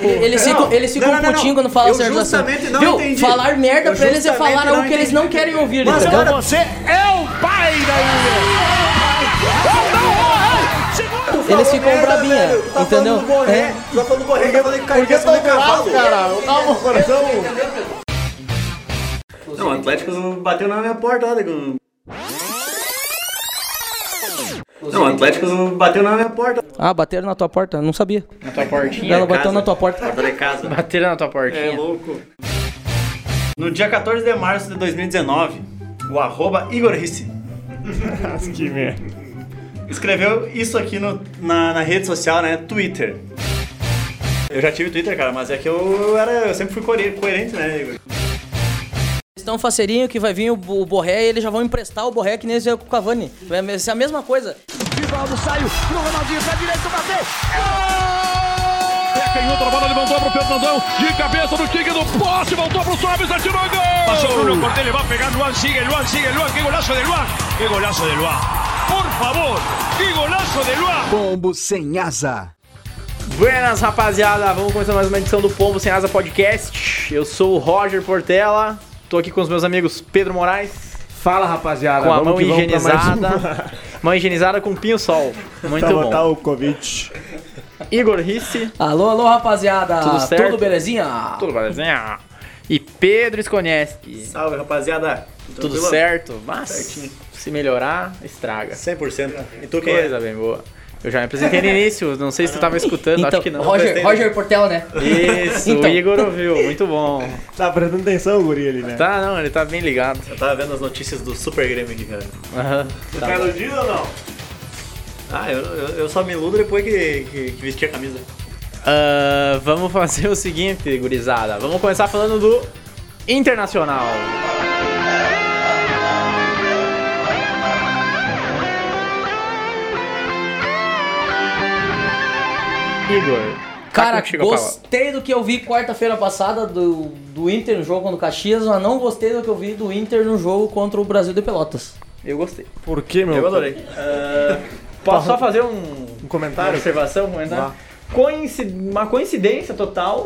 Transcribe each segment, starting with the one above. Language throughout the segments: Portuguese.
Eles ficam putinhos quando falam essa exortação. Viu? Entendi. Falar merda pra eles é falar algo que eles não querem ouvir. Mas então você é o pai Eles ficam brabinha, entendeu? Tu tá falando do Borré, tá falando que carregação de cavalo. cara? Calma, o coração. Não, o Atlético bateu na minha porta lá. Não, o Atlético bateu na minha porta. Ah, bateram na tua porta? Não sabia. Na tua portinha? Ela bateu na tua porta. Porta de casa. Bateram na tua portinha. É louco. No dia 14 de março de 2019, o @Igor Rissi Que merda. escreveu isso aqui na rede social, né? Twitter. Eu já tive Twitter, cara, mas é que eu sempre fui coerente, né, Igor? Estão faceirinho que vai vir o Borré e eles já vão emprestar o Borré que nem eles fizeram com o Cavani. Vai ser a mesma coisa. Rivaldo saiu pro Ronaldinho, pra direita, bateu. Canhoto, a bola levantou pro Fernandão, de cabeça no kick do poste, voltou pro Suárez, atirou gol! Pasó Bruno Cortés, le va a pegar, Luan sigue, Luan, qué golazo de Luan, qué golazo de Luan, por favor, qué golazo de Luan. Pombo sem asa. Buenas, rapaziada, vamos começar mais uma edição do Pombo Sem Asa Podcast. Eu sou o Roger Portela, tô aqui com os meus amigos Pedro Moraes. Fala, rapaziada. Com a mão higienizada, mão higienizada com pinho-sol, muito bom. Botar o Covid. Igor Rissi. Alô, rapaziada. Tudo certo? Tudo belezinha? Tudo belezinha? E Pedro Skonieski. Salve, rapaziada. Tudo certo? Mas se melhorar, estraga. 100%. E tu quem Coisa bem boa. Eu já me apresentei no início, não sei se tu tava escutando, Então, acho que não. Roger Portela, né? Isso, Então. o Igor ouviu, muito bom. Tá prestando atenção, o guri ali, né? Tá, não, ele tá bem ligado. Eu tava vendo as notícias do Super Grêmio aqui, cara. Aham. Tá iludido ou não? Ah, eu só me iludo depois que vesti a camisa. Vamos fazer o seguinte, gurizada. Vamos começar falando do Internacional. Igor. Cara, gostei do que eu vi quarta-feira passada do Inter no jogo contra o Caxias, mas não gostei do que eu vi do Inter no jogo contra o Brasil de Pelotas. Eu gostei. Por que, meu? Eu adorei. Posso só fazer um comentário? Uma observação? Uma coincidência total.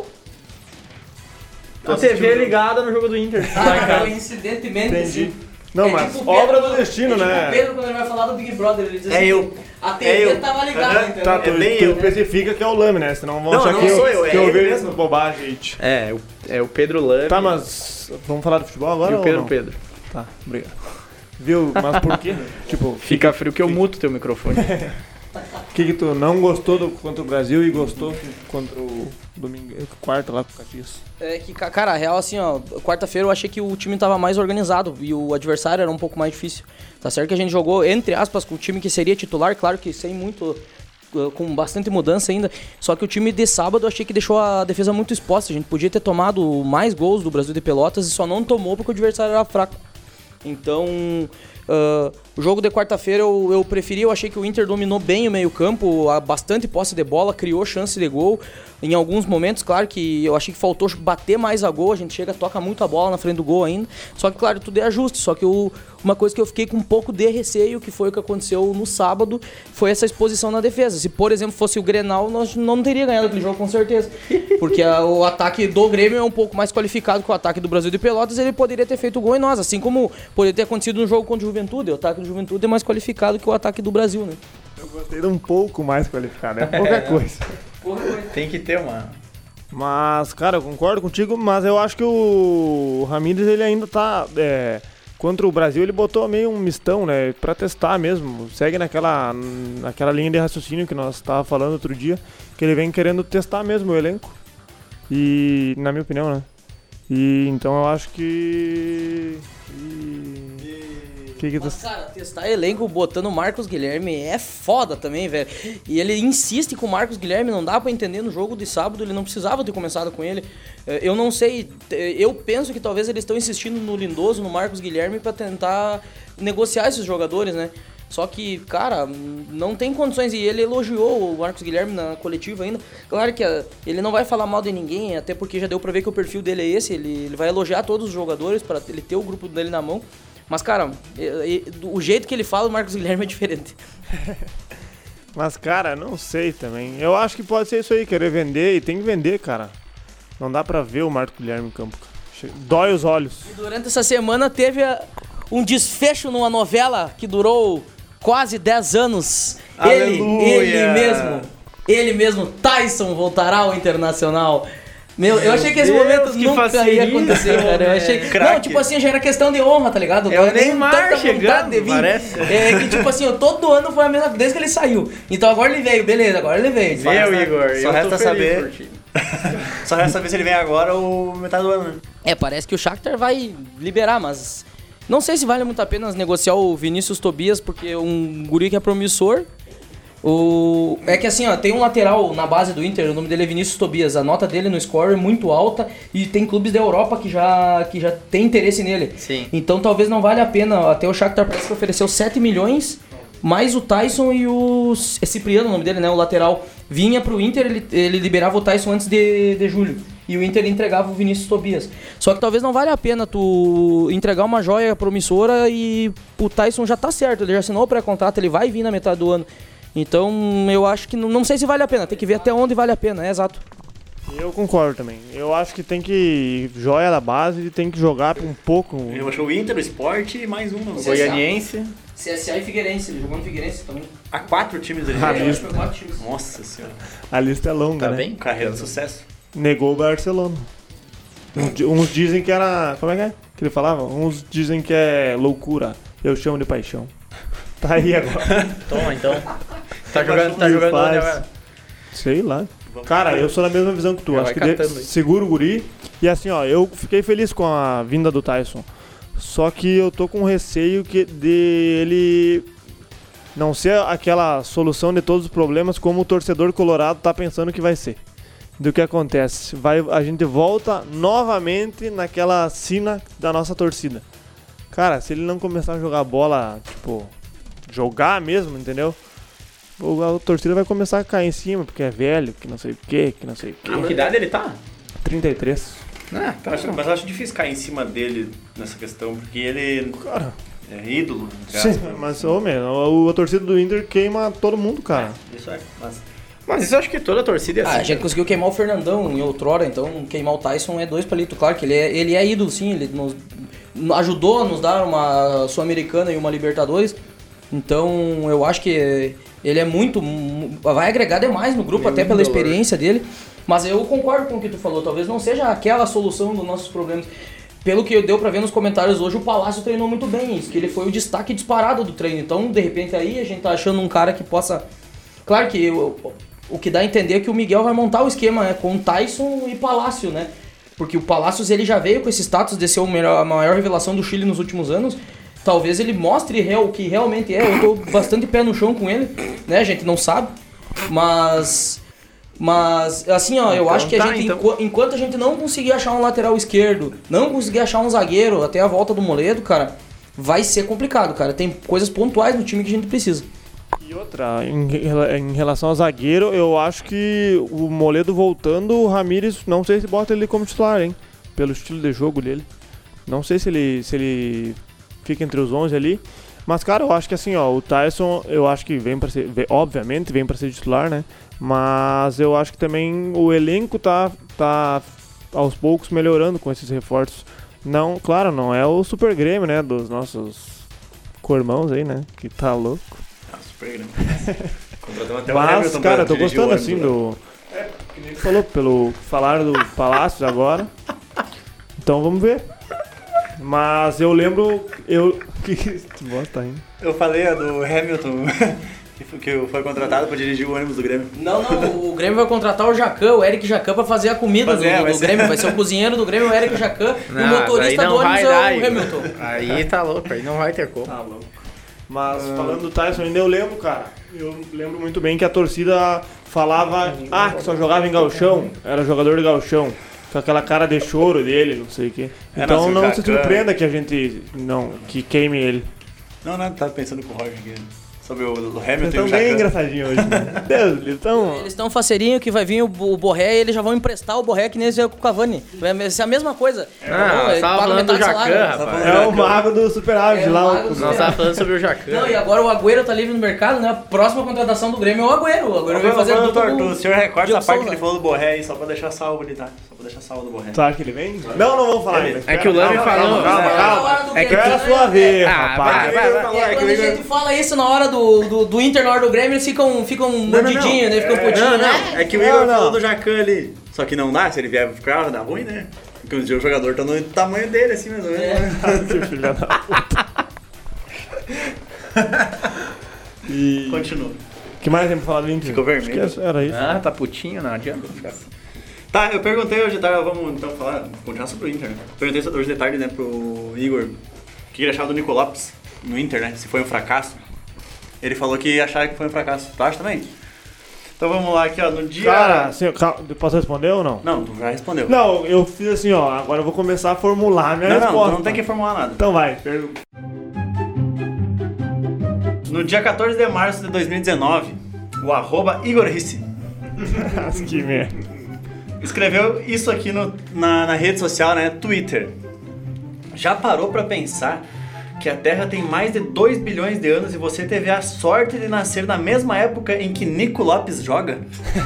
A TV ligada no jogo do Inter. Coincidentemente, Entendi. sim. Não, mas tipo obra Pedro, do destino, tipo né? O Pedro, quando ele vai falar do Big Brother, ele diz É assim: eu. A TV eu. tava ligada, entendeu? Tá, tu especifica que é o Lame, né? Senão vão achar não que sou eu, é que eu ele vejo mesmo. bobagem, gente. É o Pedro Lame. Tá, mas vamos falar de futebol agora E o ou Pedro não? Pedro. Tá, obrigado. Viu? Mas por quê? Tipo, Fica frio que eu muto teu microfone. o que tu não gostou contra o Brasil e gostou contra o domingo, quarta lá com o Caxias? É que, cara, a real, assim, ó, quarta-feira eu achei que o time tava mais organizado e o adversário era um pouco mais difícil. Tá certo que a gente jogou, entre aspas, com o time que seria titular, claro que sem muito, com bastante mudança ainda, só que o time de sábado eu achei que deixou a defesa muito exposta. A gente podia ter tomado mais gols do Brasil de Pelotas e só não tomou porque o adversário era fraco. Então, o jogo de quarta-feira eu preferi, eu achei que o Inter dominou bem o meio-campo, bastante posse de bola, criou chance de gol. Em alguns momentos, claro que eu achei que faltou bater mais a gol, a gente toca muito a bola na frente do gol ainda. Só que, claro, tudo é ajuste. Só que uma coisa que eu fiquei com um pouco de receio, que foi o que aconteceu no sábado, foi essa exposição na defesa. Se, por exemplo, fosse o Grenal, nós não teria ganhado aquele jogo com certeza. Porque o ataque do Grêmio é um pouco mais qualificado que o ataque do Brasil de Pelotas, ele poderia ter feito gol em nós. Assim como poderia ter acontecido no jogo contra o Juventude. O ataque do Juventude é mais qualificado que o ataque do Brasil, né? Eu gostei de um pouco mais qualificado, é pouca coisa. Tem que ter uma... Mas, cara, eu concordo contigo, mas eu acho que o Ramírez, ele ainda tá... contra o Brasil, ele botou meio um mistão, né? Pra testar mesmo. Segue naquela linha de raciocínio que nós estávamos falando outro dia, que ele vem querendo testar mesmo o elenco. E, na minha opinião, né? E, então eu acho que... Mas, cara, testar elenco botando o Marcos Guilherme é foda também, velho. E ele insiste com o Marcos Guilherme, não dá pra entender no jogo de sábado, ele não precisava ter começado com ele. Eu não sei, eu penso que talvez eles estão insistindo no Lindoso, no Marcos Guilherme, pra tentar negociar esses jogadores, né? Só que, cara, não tem condições. E ele elogiou o Marcos Guilherme na coletiva ainda. Claro que ele não vai falar mal de ninguém, até porque já deu pra ver que o perfil dele é esse. Ele vai elogiar todos os jogadores pra ele ter o grupo dele na mão. Mas, cara, o jeito que ele fala, o Marcos Guilherme é diferente. Mas, cara, não sei também. Eu acho que pode ser isso aí, querer vender, e tem que vender, cara. Não dá pra ver o Marco Guilherme em campo, cara. Dói os olhos. E durante essa semana teve um desfecho numa novela que durou quase 10 anos. Ele mesmo, Tyson, voltará ao Internacional. Meu, eu achei que esse momento nunca ia acontecer, cara. Eu achei. Não, tipo assim, já era questão de honra, tá ligado? É o Neymar chegando, parece. É que, tipo assim, todo ano foi a mesma coisa, desde que ele saiu. Então agora ele veio, beleza, agora ele veio. Igor. Só resta saber. Só resta saber se ele vem agora ou metade do ano, né? Parece que o Shakhtar vai liberar, mas não sei se vale muito a pena negociar o Vinícius Tobias, porque um guri que é promissor. É que assim, ó, tem um lateral na base do Inter, o nome dele é Vinícius Tobias, a nota dele no score é muito alta e tem clubes da Europa que já tem interesse nele. Sim. Então talvez não valha a pena, até o Shakhtar parece que ofereceu 7 milhões, mais o Tyson e o Cipriano, o nome dele, né, o lateral, vinha pro Inter, ele liberava o Tyson antes de julho. E o Inter entregava o Vinícius Tobias. Só que talvez não valha a pena tu entregar uma joia promissora e o Tyson já tá certo, ele já assinou o pré-contrato, ele vai vir na metade do ano. Então, eu acho que não sei se vale a pena, tem que ver até onde vale a pena, exato. Eu concordo também. Eu acho que tem que joia da base e tem que jogar um pouco. Eu achei o Inter, o Sport e mais um. O Goianiense. CSA e Figueirense, ele jogou no Figueirense também. Há 4 times ali. Nossa senhora. A lista é longa, Tá né? bem? Carreira de sucesso. Negou o Barcelona. Uns dizem que era... Como é que ele falava? Uns dizem que é loucura. Eu chamo de paixão. Tá aí agora. Toma, então. Tá jogando onde agora? Sei lá. Cara, eu sou na mesma visão que tu. Acho que segura o guri. E assim, ó, eu fiquei feliz com a vinda do Tyson. Só que eu tô com receio de ele não ser aquela solução de todos os problemas como o torcedor colorado tá pensando que vai ser. Do que acontece? A gente volta novamente naquela sina da nossa torcida. Cara, se ele não começar a jogar bola, tipo, jogar mesmo, entendeu? A torcida vai começar a cair em cima, porque é velho, que não sei o que, que não sei o que. Que idade ele tá? 33. Mas eu acho difícil cair em cima dele nessa questão, porque ele Cara, é ídolo. sim, mas, a torcida do Inter queima todo mundo, cara. Isso é, Mas isso eu acho que toda a torcida é assim. A gente conseguiu queimar o Fernandão em outrora, então queimar o Tyson é 2 palitos. Claro que ele é ídolo, sim, ele nos ajudou a nos dar uma Sul-Americana e uma Libertadores. Então eu acho que ele é vai agregar demais no grupo, até pela experiência dele. Mas eu concordo com o que tu falou, talvez não seja aquela solução dos nossos problemas. Pelo que deu pra ver nos comentários hoje, o Palácio treinou muito bem isso, que ele foi o destaque disparado do treino. Então, de repente, aí a gente tá achando um cara que possa... Claro que o que dá a entender é que o Miguel vai montar o esquema, né, com Tyson e Palácio, né? Porque o Palácios, ele já veio com esse status de ser a maior revelação do Chile nos últimos anos. Talvez ele mostre o que realmente é. Eu tô bastante pé no chão com ele, né? A gente não sabe. Mas assim, ó, eu então, acho que a gente, enquanto a gente não conseguir achar um lateral esquerdo, não conseguir achar um zagueiro até a volta do Moledo, cara, vai ser complicado, cara. Tem coisas pontuais no time que a gente precisa. E outra, em relação ao zagueiro, eu acho que o Moledo voltando, o Ramírez, não sei se bota ele como titular, hein? Pelo estilo de jogo dele. Não sei se ele fica entre os 11 ali. Mas, cara, eu acho que assim, ó, o Tyson, eu acho que obviamente vem pra ser titular, né? Mas eu acho que também o elenco tá aos poucos melhorando com esses reforços. Não, claro, não é o Super Grêmio, né? Dos nossos co-irmãos aí, né? Que tá louco. Super Grêmio. Até mas, cara, eu tô gostando assim do... que nem falou, pelo falar do Palácios agora. Então vamos ver. Mas eu lembro... que bosta ainda. Eu falei do Hamilton, que foi contratado pra dirigir o ônibus do Grêmio. Não, o Grêmio vai contratar o Eric Jacan pra fazer a comida do Grêmio. Vai ser o cozinheiro do Grêmio, o Eric Jacan, e o motorista do ônibus é o Hamilton. Aí tá louco, aí não vai ter como. Tá louco. Mas falando do Tyson ainda, eu lembro muito bem que a torcida falava que só jogava em gauchão, era jogador de gauchão, com aquela cara de choro dele, não sei o que. Então não se surpreenda que a gente que queime ele. Não, tava pensando com o Roger aqui. sobre o Hamilton Vocês e o estão bem Jacan. engraçadinhos hoje. Né? Deus, eles estão... Eles estão faceirinho que vai vir o Borré e eles já vão emprestar o Borré que nem eles com o Cavani. Vai ser a mesma coisa. Você tava falando do Jacan, rapaz. É o mago do superávit lá. Nós tava falando sobre o Jacan. Não, e agora o Agüero tá livre no mercado, né? A próxima contratação do Grêmio é o Agüero. O Agüero vai fazer O senhor recorta Diego essa parte que Souza. ele falou do Borré aí, só pra deixar salvo ali, tá? Só pra deixar salvo do Borré. Tu acha que ele vem? Não vamos falar ainda. É que o Lame falou. É que Era a sua vez, rapaz. É, quando a gente fala isso na hora do Inter, na hora do Grêmio, eles ficam mordidinhos, né? Ficam putinhos, né? É que o Igor falou do Jacan ali. Só que não dá, se ele vier pro carro, dá ruim, né? Porque um dia o jogador tá no tamanho dele, assim, mais ou menos. Seu filho da puta. E... Continua. O que mais tem pra falar do Inter? Ficou vermelho. Acho que era isso. Ah, tá putinho, não adianta ficar assim. Tá, eu perguntei hoje de tarde, vamos então continuar sobre o Inter, né? Perguntei hoje de tarde, né, pro Igor o que ele achava do Nico Lopes no Inter, né? Se foi um fracasso. Ele falou que achava que foi um fracasso. Tu acha também? Então vamos lá aqui, ó, no dia... Cara, assim, posso responder ou não? Não, tu já respondeu. Não, eu fiz assim, ó, agora eu vou começar a formular a minha resposta. Não tem que formular nada. Então vai, pergunta. No dia 14 de março de 2019, o @Igor Risse Que merda. escreveu isso aqui na rede social, né, Twitter. Já parou pra pensar que a Terra tem mais de 2 bilhões de anos e você teve a sorte de nascer na mesma época em que Nico Lopes joga?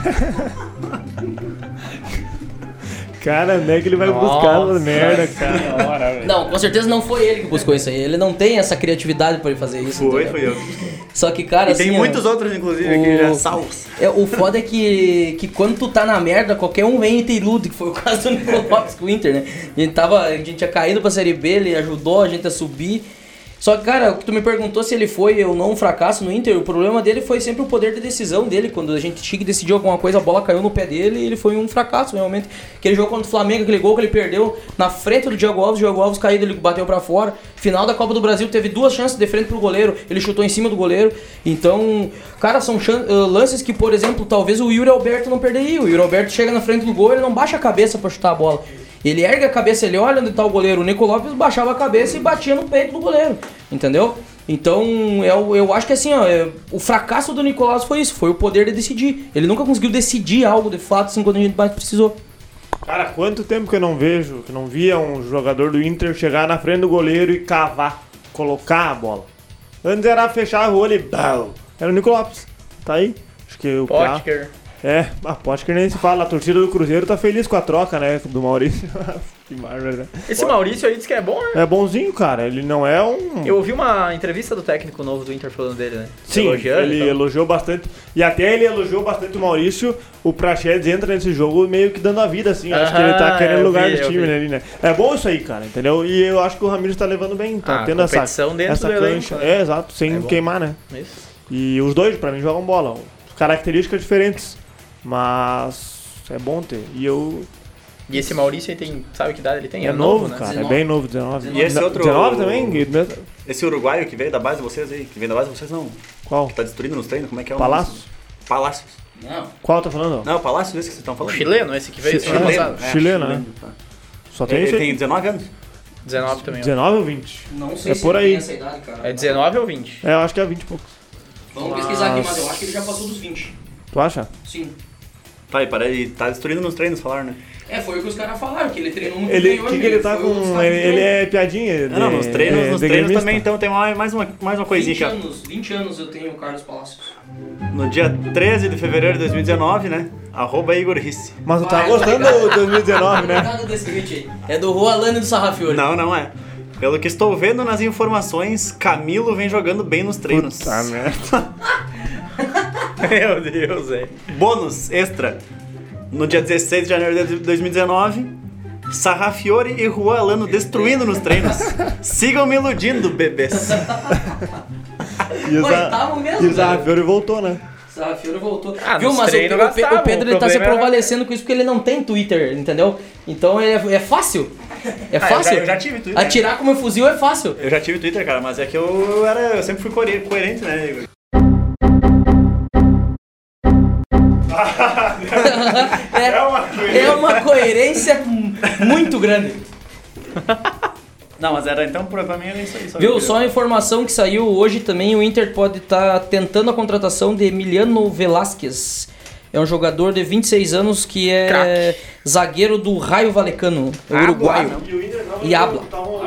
Cara, onde é que ele vai buscar essa merda, cara? Não, com certeza não foi ele que buscou isso aí. Ele não tem essa criatividade pra ele fazer isso. Foi entendeu? eu. Só que, cara, E assim... tem ó, muitos outros, inclusive, aqui já salvos. o foda é que quando tu tá na merda, qualquer um vem e te ilude, que foi o caso do Nico Lopes com o Inter, né? A gente tinha caído pra Série B, ele ajudou a gente a subir. Só que, cara, tu me perguntou se ele foi ou não um fracasso no Inter, o problema dele foi sempre o poder de decisão dele. Quando a gente tinha que decidir alguma coisa, a bola caiu no pé dele e ele foi um fracasso, realmente. Aquele jogo contra o Flamengo, aquele gol que ele perdeu na frente do Diego Alves caído, ele bateu pra fora. Final da Copa do Brasil, teve 2 chances de frente pro goleiro, ele chutou em cima do goleiro. Então, cara, são lances que, por exemplo, talvez o Yuri Alberto não perderia. O Yuri Alberto chega na frente do gol, ele não baixa a cabeça pra chutar a bola. Ele ergue a cabeça, ele olha onde tá o goleiro. O Nico Lopes baixava a cabeça e batia no peito do goleiro, entendeu? Então, eu acho que assim, ó, o fracasso do Nico Lopes foi isso, foi o poder de decidir. Ele nunca conseguiu decidir algo de fato, assim, quando a gente mais precisou. Cara, quanto tempo que eu não via um jogador do Inter chegar na frente do goleiro e cavar, colocar a bola. Antes era fechar o olho e... Era o Nico Lopes. Tá aí. Acho que o Potker. a Potker nem se fala. A torcida do Cruzeiro tá feliz com a troca, né? Do Maurício. Que bárbaro, né? Esse Maurício aí diz que é bom, né? É bonzinho, cara. Ele não é um... Eu ouvi uma entrevista do técnico novo do Inter falando dele, né? Sim, Elogiando ele e tal. elogiou bastante. E até ele elogiou bastante o Maurício. O Praxedes entra nesse jogo meio que dando a vida, assim. Acho que ele tá querendo lugar do time ali, né? É bom isso aí, cara, entendeu? E eu acho que o Ramires tá levando bem. Tá tendo competição dentro essa do cancha. elenco, né? É, exato. Sem queimar, né? Isso. E os dois, pra mim, jogam bola. Características diferentes. Mas é bom ter. E esse Maurício aí tem... Sabe que idade ele tem? É novo, né? cara. 19. É bem novo, 19. E esse outro... 19 também? Esse uruguaio que veio da base de vocês aí, que veio da base de vocês não, Qual? que tá destruindo nos treinos, como é que é o Palácio? nome? Palácios. Não. Qual tá falando? Não, Palácio, esse que vocês estão O falando. chileno, esse que veio semana Chileno. passada. Chileno, né? Tá. Só tem Ele esse tem 19 anos. 19 também. ó. 19 ou 20? Não sei É se por ele aí. tem essa idade, cara. É 19 ou 20? É, eu acho que é 20 e poucos. Vamos pesquisar aqui, mas eu acho que ele já passou dos 20. Tu acha? Sim. Tá, ele tá destruindo nos treinos, falaram, né? É, foi o que os caras falaram, que ele treinou muito Ele, bem o hoje. que ele tá foi um dos com... caras Ele é piadinha. Não, nos treinos gremista. também, então tem mais uma coisinha 20 aqui, anos, 20 anos eu tenho o Carlos Palácios. ó. No dia 13 de fevereiro de 2019, né? @Igor Risse. Mas tu tá Ah, gostando ligado. do 2019, né? Nada desse tweet aí. É do Roalane do Sarrafiori. Não é. Pelo que estou vendo nas informações, Camilo vem jogando bem nos treinos. Puta merda. Meu Deus, velho. Bônus extra. No dia 16 de janeiro de 2019, Sarrafiori e Juan Alano destruindo nos treinos. Sigam me iludindo, bebês. E o Oitavo mesmo, E o velho. Sarrafiori voltou, né? Sarrafiori voltou. Ah, Viu, nos mas treinos o gastava, Pedro o ele tá se problema era- provalecendo com isso porque ele não tem Twitter, entendeu? Então é fácil. É fácil. eu já tive Twitter. Atirar com meu fuzil é fácil. Eu já tive Twitter, cara, mas é que eu sempre fui coerente, né, Igor? É uma coerência muito grande. Não, mas era então, pra mim era isso aí. Viu? Só a informação que saiu hoje também, o Inter pode estar tentando a contratação de Emiliano Velasquez. É um jogador de 26 anos que é zagueiro do Raio Vallecano, uruguaio. E habla.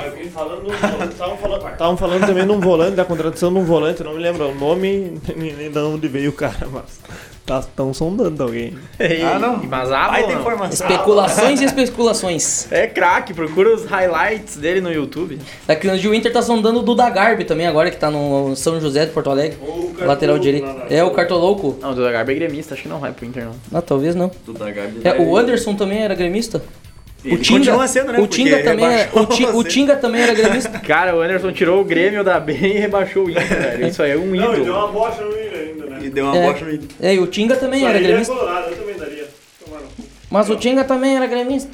Estavam falando também de um volante, da contratação de um volante, eu não me lembro o nome nem de onde veio o cara, mas estão sondando alguém. Não. Mas Vai ter informação. Especulações e especulações. É craque, procura os highlights dele no YouTube. Daqui no dia o Inter tá sondando o Duda Garbi também agora, que tá no São José de Porto Alegre. Lateral direito. É, o Cartolouco. Não, o Duda Garbi é gremista, acho que não vai pro Inter, não. Ah, talvez não. Duda Garbi É, o Anderson também era gremista. Ele continua sendo, né? O Tinga também o Tinga também era gremista. Cara, o Anderson tirou o Grêmio da B e rebaixou o Inter, velho. Isso aí é um ídolo. Não, ele deu uma bocha no Inter ainda, né? E deu uma bocha no Inter. É, e o Tinga também Só era ele gremista. É colorado, eu também daria. Mas o Tinga também era gremista.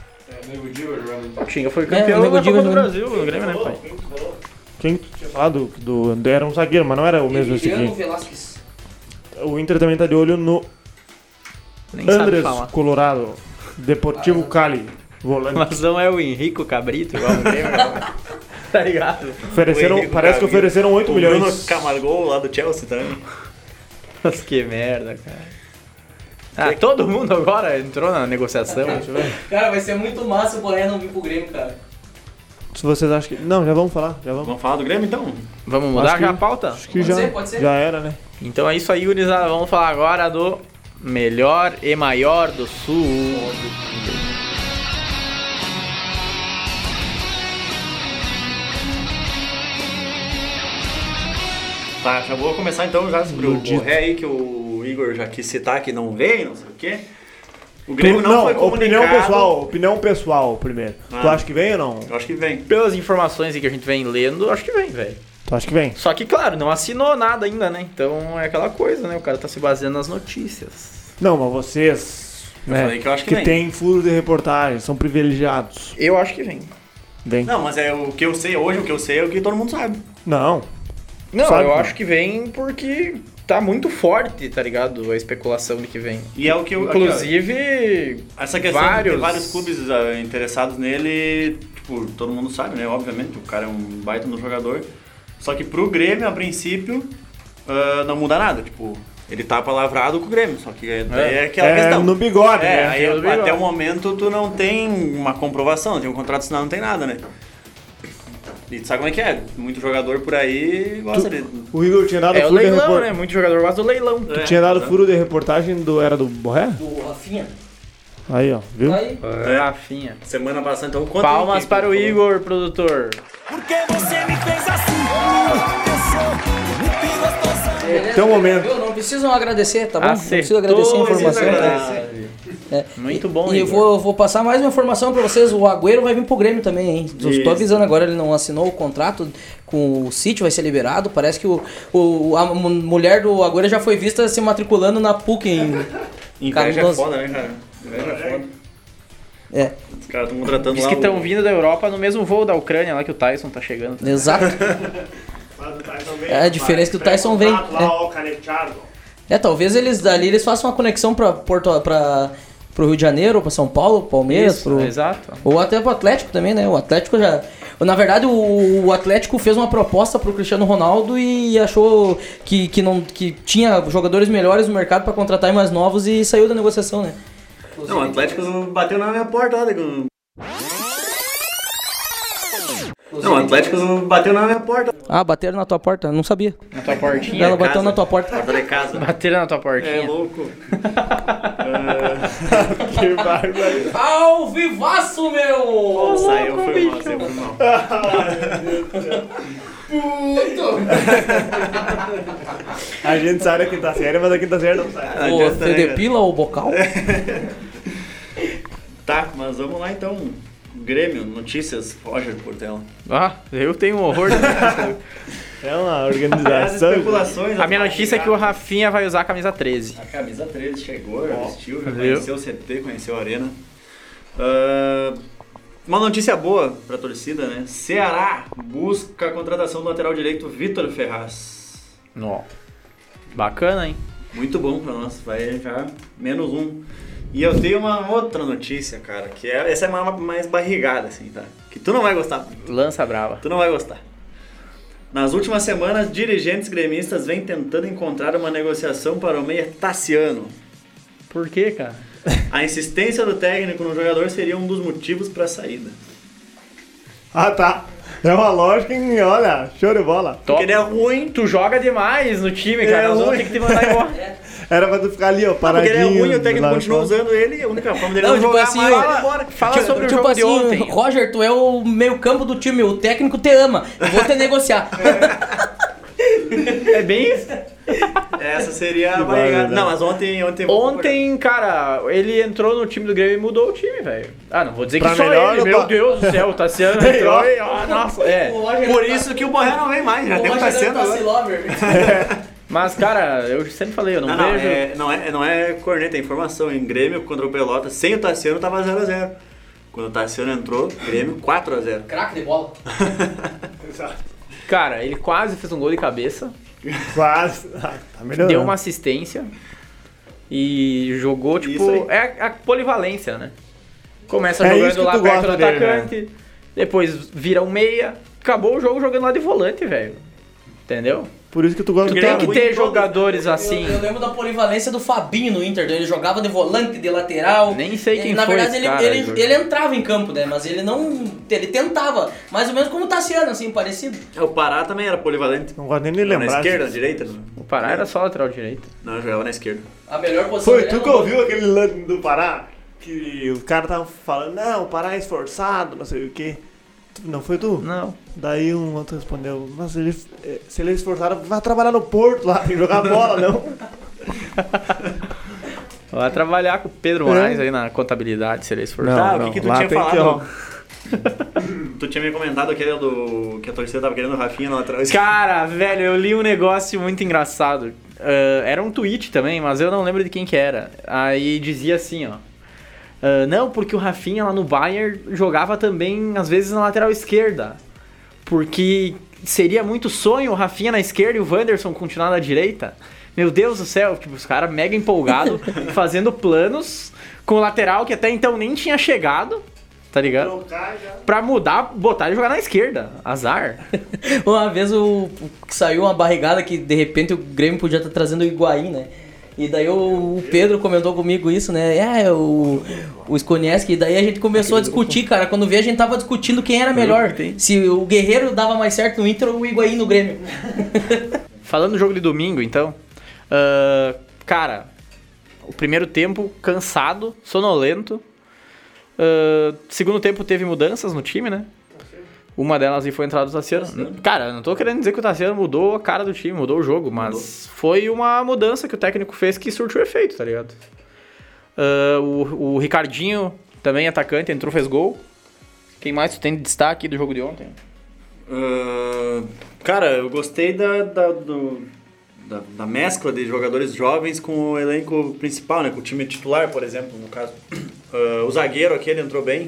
O Tinga foi campeão o Nego da Diva Copa do jogando. Brasil, no Grêmio, né, pai? Quem tinha falado era um zagueiro, mas não era o mesmo esse Emiliano aqui. Velasquez. O Inter também tá de olho no Nem sabe Andrés falar. Colorado, Deportivo Cali, volante. Mas não é o Henrico Cabrito, igual no Grêmio, não. Tá ligado? Ofereceram, O Henrique parece que Gabriel. ofereceram 8 O milhões. Bruno Camargo lá do Chelsea também. Mas que merda, cara. Todo mundo agora entrou na negociação. Deixa eu ver. Cara, vai ser muito massa o Borré não vir pro Grêmio, cara. Se vocês acham que... Não, já vamos falar, já vamos. Vamos falar do Grêmio então? Vamos mudar Acho que- já a pauta? Acho que já, pode ser. já era, né? Então é isso aí, gurizada. Vamos falar agora do melhor e maior do Sul. Tá, já vou começar então já sobre o Borré aí, que o Igor já quis citar que não veio, não sei o quê. O Grêmio não foi comunicado. Opinião pessoal primeiro. Tu acha que vem ou não? Eu acho que vem. Pelas informações aí que a gente vem lendo, acho que vem, velho. Tu acha que vem? Só que, claro, não assinou nada ainda, né? Então é aquela coisa, né? O cara tá se baseando nas notícias. Não, mas vocês, né, falei que eu acho que vem. tem furo de reportagem, são privilegiados. Eu acho que vem. Vem. Não, mas é o que eu sei hoje, o que eu sei é o que todo mundo sabe. Não. Não, Sabe, eu não. acho que vem porque tá muito forte, tá ligado? A especulação de que vem. E é o que eu... Inclusive, Essa questão de ter vários clubes interessados nele, tipo, todo mundo sabe, né? Obviamente, o cara é um baita no jogador. Só que pro Grêmio, a princípio, não muda nada. Tipo, ele tá palavrado com o Grêmio, só que daí é aquela questão. no bigode, né? Aí no bigode. até o momento tu não tem uma comprovação, tem um contrato assinado, não tem nada, né? E tu sabe como é que é? Muito jogador por aí gosta de... O Igor tinha dado é o furo de leilão, reportagem. né? Muito jogador gosta do leilão. Tinha dado exato. furo de reportagem era do Borré? Do Rafinha. Aí, ó, viu? Aí. Rafinha. Semana passada, então, quanto Palmas que- para o Igor, produtor. Tem um momento. Não precisam agradecer, tá bom? Não Acertou, preciso agradecer a informação. precisa tá? agradecer. É. Muito bom, E Igor. vou passar mais uma informação pra vocês. O Agüero vai vir pro Grêmio também, hein? Estou Isso. avisando agora, ele não assinou o contrato com o City, vai ser liberado. Parece que a mulher do Agüero já foi vista se matriculando na PUC em Inveja é Carlos. foda, né, cara? Inveja é foda. É, Os caras estão contratando Diz lá que estão o- vindo da Europa no mesmo voo da Ucrânia lá que o Tyson tá chegando. exato. É a diferença que o Tyson vem. Talvez eles dali eles façam uma conexão pro Rio de Janeiro, pra São Paulo, Palmeiras, Isso, exato. ou até pro Atlético também, né? O Atlético já... Na verdade, o Atlético fez uma proposta pro Cristiano Ronaldo e achou que tinha jogadores melhores no mercado pra contratar mais novos e saiu da negociação, né? Não, o Atlético bateu na minha porta lá. Não, o Atlético bateu na minha porta. Ah, bateram na tua porta? Não sabia. Na tua portinha. Ela bateu casa. na tua porta. Porta de casa. Bateram na tua portinha. É louco. Que bárbaro. Ao vivaço, meu! Saiu, foi mal, saiu, foi mal. A gente sabe a quinta série, mas a quinta série não sai. Não adianta, Você né, cara? depila o bocal? Tá, mas vamos lá então. Grêmio, notícias, Roger Portela. Ah, eu tenho um horror. É uma As organização. especulações... A minha notícia é que o Rafinha vai usar a camisa 13. A camisa 13 chegou, já vestiu, já viu? conheceu o CT, conheceu a Arena. Uma notícia boa pra torcida, né? Ceará busca a contratação do lateral direito Vitor Ferraz. Ó. Bacana, hein? Muito bom pra nós, vai já menos um. E eu tenho uma outra notícia, cara, que essa é mais barrigada, assim, tá? Que tu não vai gostar. Lança brava. Tu não vai gostar. Nas últimas semanas, dirigentes gremistas vêm tentando encontrar uma negociação para o meia Tassiano. Por quê, cara? A insistência do técnico no jogador seria um dos motivos para a saída. Ah, tá. É uma lógica, hein? Olha, show de bola. Porque ele é ruim. Tu joga demais no time, cara. Nós vamos ter que te mandar embora. Era pra tu ficar ali, ó, paradinho. Porque ele é ruim e o técnico continua usando ele. A única forma dele Não, não tipo jogar assim, mais. Fala sobre o jogo de ontem. Roger, tu é o meio campo do time, o técnico te ama, eu vou te negociar. É bem isso. Essa seria a barrigada. Não, mas Ontem, cara, ele entrou no time do Grêmio e mudou o time, velho. Ah, não vou dizer Pra que só melhor, ele. Meu Deus do céu, o Tassiano entrou e... Nossa, Por isso que o Borré não vem mais, já tem o Tassiano agora. Mas, cara, eu sempre falei, eu não vejo... Não é corneta, é informação. Em Grêmio contra o Pelotas, sem o Tassiano tava 0x0. Quando o Tassiano entrou, Grêmio 4x0. Craque de bola. Cara, ele quase fez um gol de cabeça. Quase. Tá melhorando. Deu uma assistência. E jogou, tipo... É a polivalência, né? Começa jogando lá perto do atacante. Né? Depois vira um meia. Acabou o jogo jogando lá de volante, velho. Entendeu? Por isso que tu gosta Tu tem que ter jogadores assim. Eu lembro da polivalência do Fabinho no Inter, ele jogava de volante, de lateral. Nem sei quem na foi verdade, esse cara, ele entrava em campo, né? Mas ele não... Ele tentava, mais ou menos como o Tassiano, assim, parecido. O Pará também era polivalente. Não gosto nem de lembrar. Na esquerda, na direita? O Pará era só lateral direito. Não, eu jogava na esquerda. A melhor posição Foi tu que ouviu aquele lance do Pará? Que os caras estavam falando, não, o Pará é esforçado, não sei o quê. Não foi tu? Não. Daí um outro respondeu, nossa, se ele é esforçado, vai trabalhar no Porto lá, tem que jogar bola, não. Vai trabalhar com o Pedro Moraes aí na contabilidade, se ele é esforçado. Tá, o que tu tinha falado? Tu tinha me comentado aquele que a torcida tava querendo o Rafinha na lateral esquerda. Cara, velho, eu li um negócio muito engraçado. Era um tweet também, mas eu não lembro de quem que era. Aí dizia assim, ó. Não, porque o Rafinha lá no Bayern jogava também, às vezes, na lateral esquerda. Porque seria muito sonho o Rafinha na esquerda e o Wanderson continuar na direita. Meu Deus do céu, tipo, os caras mega empolgados, fazendo planos com o lateral que até então nem tinha chegado, tá ligado? Pra mudar, botar e jogar na esquerda. Azar. Uma vez saiu uma barrigada que, de repente, o Grêmio podia estar trazendo o Higuaín, né? E daí o Pedro comentou comigo isso, né? O Skonieski, e daí a gente começou a discutir, cara. Quando veio a gente tava discutindo quem era melhor. Se o Guerreiro dava mais certo no Inter ou o Higuaín no Grêmio. Falando do jogo de domingo, então. Cara, o primeiro tempo cansado, sonolento. Segundo tempo teve mudanças no time, né? Uma delas foi a entrada do Tassiano. Cara, não tô querendo dizer que o Tassiano mudou a cara do time, mudou o jogo, mas foi uma mudança que o técnico fez que surtiu efeito, tá ligado? O Ricardinho, também atacante, entrou, fez gol. Quem mais tu tem de destaque do jogo de ontem? Cara, eu gostei da mescla de jogadores jovens com o elenco principal, né? Com o time titular, por exemplo, no caso. O zagueiro aqui, ele entrou bem,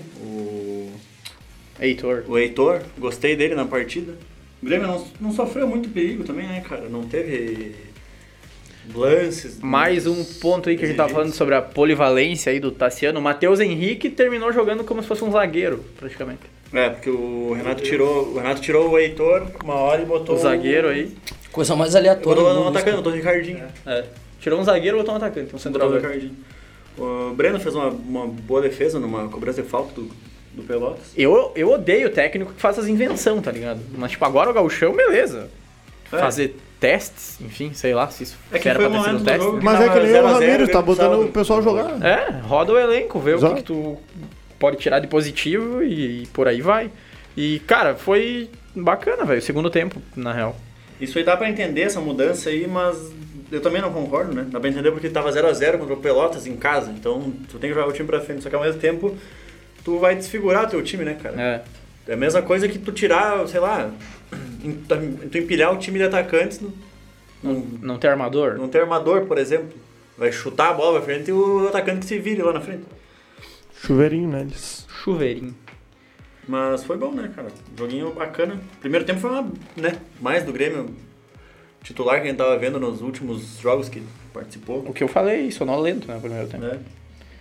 O Heitor, gostei dele na partida. O Grêmio não sofreu muito perigo também, né, cara? Não teve lances. Mais um ponto aí que a gente tava falando sobre a polivalência aí do Tassiano. O Matheus Henrique terminou jogando como se fosse um zagueiro, praticamente. Porque o Renato tirou o Heitor uma hora e botou o zagueiro aí. Coisa mais aleatória. Botou um atacante, botou o Ricardinho. Tirou um zagueiro e botou um atacante, um centroavante. O Breno fez uma boa defesa numa cobrança de falta do Pelotas. Eu odeio o técnico que faz as invenções, tá ligado? Mas, tipo, agora o gauchão, beleza. Fazer testes, enfim, sei lá se isso era pra ter sido um teste. Mas é que nem o Ramires, tá botando o pessoal jogar. Roda o elenco, vê o que tu pode tirar de positivo e por aí vai. E, cara, foi bacana, velho, o segundo tempo, na real. Isso aí dá pra entender, essa mudança aí, mas eu também não concordo, né? Dá pra entender porque tava 0x0 contra o Pelotas em casa, então tu tem que jogar o time pra frente, só que ao mesmo tempo tu vai desfigurar o teu time, né, cara? É a mesma coisa que tu tirar, sei lá, tu empilhar o time de atacantes. Não ter armador? Não ter armador, por exemplo. Vai chutar a bola pra frente e o atacante que se vire lá na frente. Chuveirinho neles. Chuveirinho. Mas foi bom, né, cara? Joguinho bacana. Primeiro tempo foi mais do Grêmio titular que a gente tava vendo nos últimos jogos que participou. O que eu falei, sonolento, né, no primeiro tempo.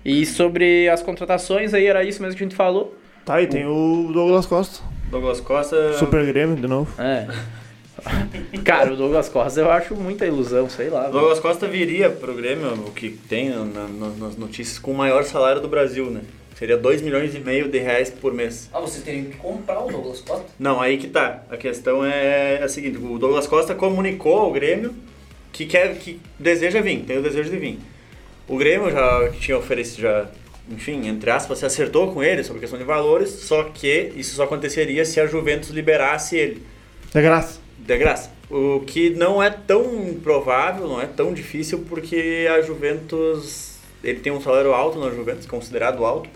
E sobre as contratações aí, era isso mesmo que a gente falou. Tá aí, tem o Douglas Costa. Douglas Costa... Super Grêmio, de novo. É. Cara, o Douglas Costa eu acho muita ilusão, sei lá. Douglas Costa viria pro Grêmio, o que tem nas notícias, com o maior salário do Brasil, né? Seria 2,5 milhões de reais por mês. Ah, vocês teriam que comprar o Douglas Costa? Não, aí que tá. A questão é a seguinte, o Douglas Costa comunicou ao Grêmio que deseja vir, tem o desejo de vir. O Grêmio já tinha oferecido, enfim, entre aspas, se acertou com ele sobre a questão de valores, só que isso só aconteceria se a Juventus liberasse ele. De graça. De graça. O que não é tão provável, não é tão difícil, porque a Juventus, ele tem um salário alto na Juventus, considerado alto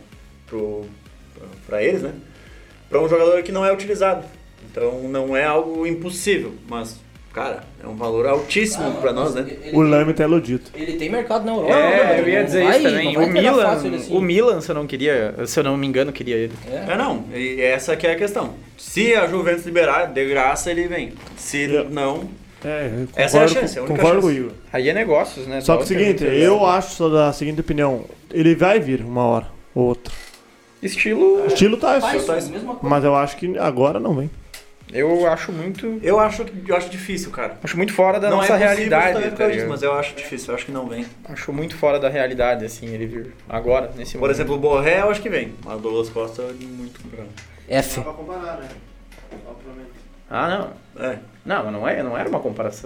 para eles, né? Para um jogador que não é utilizado. Então não é algo impossível, mas, cara, é um valor altíssimo para nós, né? O Lame tá iludido. Ele tem mercado na Europa. Eu ia dizer isso também. Assim. O Milan, se eu não me engano, queria ele. Não, e essa que é a questão. Se a Juventus liberar, de graça ele vem. Se não, essa é a chance, a única concordo chance. com o Igor. Aí é negócios, né? Só que o seguinte, eu acho, sou da seguinte opinião, ele vai vir uma hora ou outra. Estilo Tyson, mas eu acho que agora não vem. Eu acho muito... Eu acho difícil, cara. Acho muito fora da não nossa é realidade. Também por causa disso, mas eu acho difícil, eu acho que não vem. Acho muito fora da realidade, assim, ele vir agora, nesse momento. Por exemplo, o Borré eu acho que vem, mas o Douglas Costa é muito grande. F. Dá pra comparar, né? Ah, não. É. Não, mas não era uma comparação.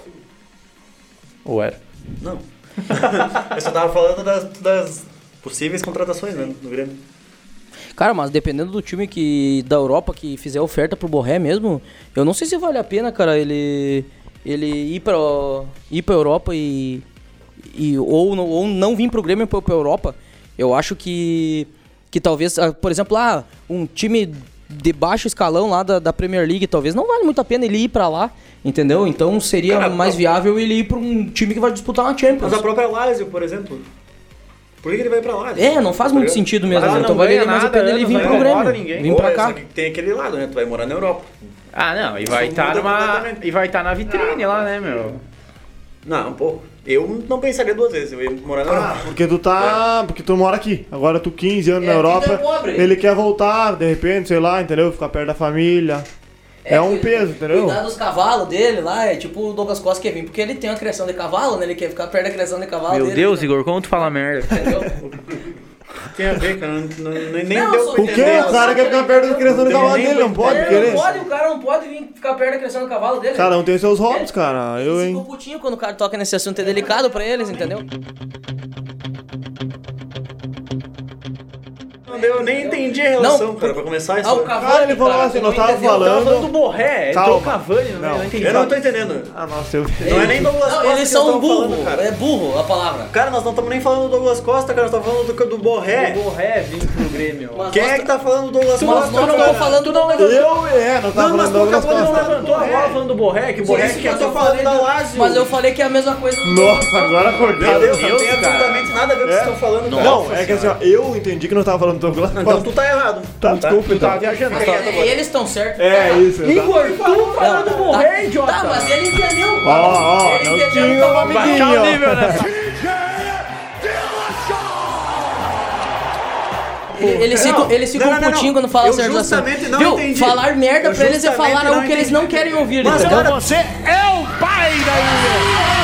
Ou era? Não. Eu só tava falando das possíveis contratações, né, no Grêmio. Cara, mas dependendo do time da Europa que fizer oferta pro Borré mesmo, eu não sei se vale a pena, cara, ele ir pra Europa ou não vir pro Grêmio pra Europa. Eu acho que talvez, por exemplo, um time de baixo escalão lá da Premier League, talvez não vale muito a pena ele ir pra lá, entendeu? Então seria mais viável ele ir pra um time que vai disputar uma Champions. Mas a própria Lazio, por exemplo... Por que ele vai pra lá? Não faz muito sentido mesmo. Mas então vale mais a pena ele vir pro Grêmio. Vir pra cá. Só que tem aquele lado, né? Tu vai morar na Europa. Ah, não, e vai estar na vitrine lá, né, meu? Não, pô. Eu não pensaria duas vezes, eu ia morar na Europa. Porque tu mora aqui. Agora tu 15 anos na Europa, ele quer voltar, de repente, sei lá, entendeu? Ficar perto da família. É um peso, entendeu? Cuidar dos cavalos dele lá, é tipo o Douglas Costa quer vir, porque ele tem uma criação de cavalo, né? Ele quer ficar perto da criação de cavalo dele. Meu Deus, Igor, como tu fala merda? Entendeu? Tem a ver, cara. Nem Não, deu só pra O quê? entender. O cara quer ficar perto da criação do cavalo dele, não pode querer? O cara não pode vir ficar perto da criação do cavalo dele. Cada um tem seus hobbies, cara. Eu, Eles hein? ficam putinhos quando o cara toca nesse assunto, é delicado pra eles, entendeu? Eu nem entendi a relação, cara, pra começar isso. o Cavani, Cara, ele falou assim, nós tava falando... do Borré, entrou o Cavani, não entendi. Eu não tô entendendo. Ah, nossa, eu... Não é nem Douglas Costa. Eles que são nós tamo burro, falando, cara. é burro a palavra. Cara, nós não estamos nem falando do Douglas Costa, cara, nós estamos falando do Borré. O Borré vindo pro Grêmio. Mas Quem é que tá falando do Douglas Mas Costa? nós não estamos falando do Nós tava falando do Douglas acabou de Costa. falar. Levantou agora falando do Borré, que o Borré Isso que eu tô falando da Lazio. Mas eu falei que é a mesma coisa do Nossa, agora acordei. Meu Deus, não Deus, tem cara. absolutamente nada a ver com o que vocês estão falando, cara. Não, é que assim, ó, eu entendi que nós tava falando do Douglas Então Costa. tu tá errado. Tá, desculpa, Tu tava então. viajando. Eles estão certos. É isso. Igor, tu falando do Borré, idiota. Tá, mas ele entendeu. Ó, Ele não entendeu tinha que tava um amiguinho. Baixar o nível, né? Eles ficam putinhos quando falam Eu Sérgio Assunção. justamente não Viu? entendi. Falar merda Eu pra eles é justamente falar não algo que eles entendi. não querem ouvir, Mas entendeu? agora Você é o pai da ilha.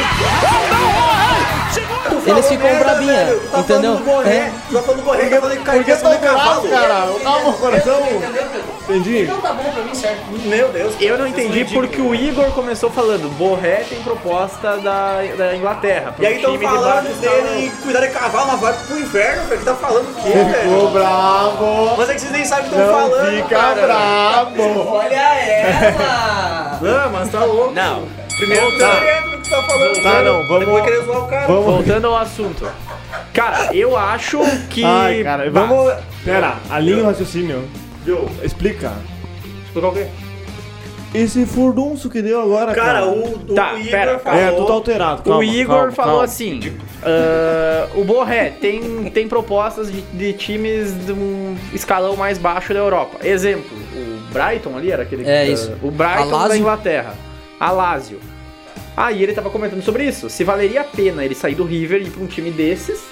Eles ficam brabinha, Tá entendeu? falando do Borré. Tu tá falando do Borré, tá falando de Por que criação de tão bravo, cavalo. cara? Calma, coração. Entendi. Então tá bom pra mim, certo. Meu Deus. Eu não entendi porque o Igor começou falando Borré tem proposta da Inglaterra. E aí estão time de falando baixo dele cuidar de cavalo, mas vai pro inferno, velho. Que tá falando o quê, Ficou velho? bravo. Mas é que vocês nem sabem o que estão Não falando, fica cara. bravo. Olha ela! Não, mas tá louco. Não. Primeiro tá entendendo o que tá falando. Tá, não, vamos- Depois querer zoar o cara. Vamos. Voltando ao assunto. Cara, eu acho que... Ai, cara, vamos... Pera, alinha o raciocínio. Explica. Explicar o quê? Esse furdunço que deu agora, cara. Cara, o Tá, Igor pera. falou... É, tu tá alterado, calma. O Igor calma, falou calma. assim, o Borré tem propostas de times de um escalão mais baixo da Europa. Exemplo, o Brighton ali era aquele... É, isso. O Brighton A Lazio. da Inglaterra. A Lazio. Aí ele tava comentando sobre isso. Se valeria a pena ele sair do River e ir pra um time desses,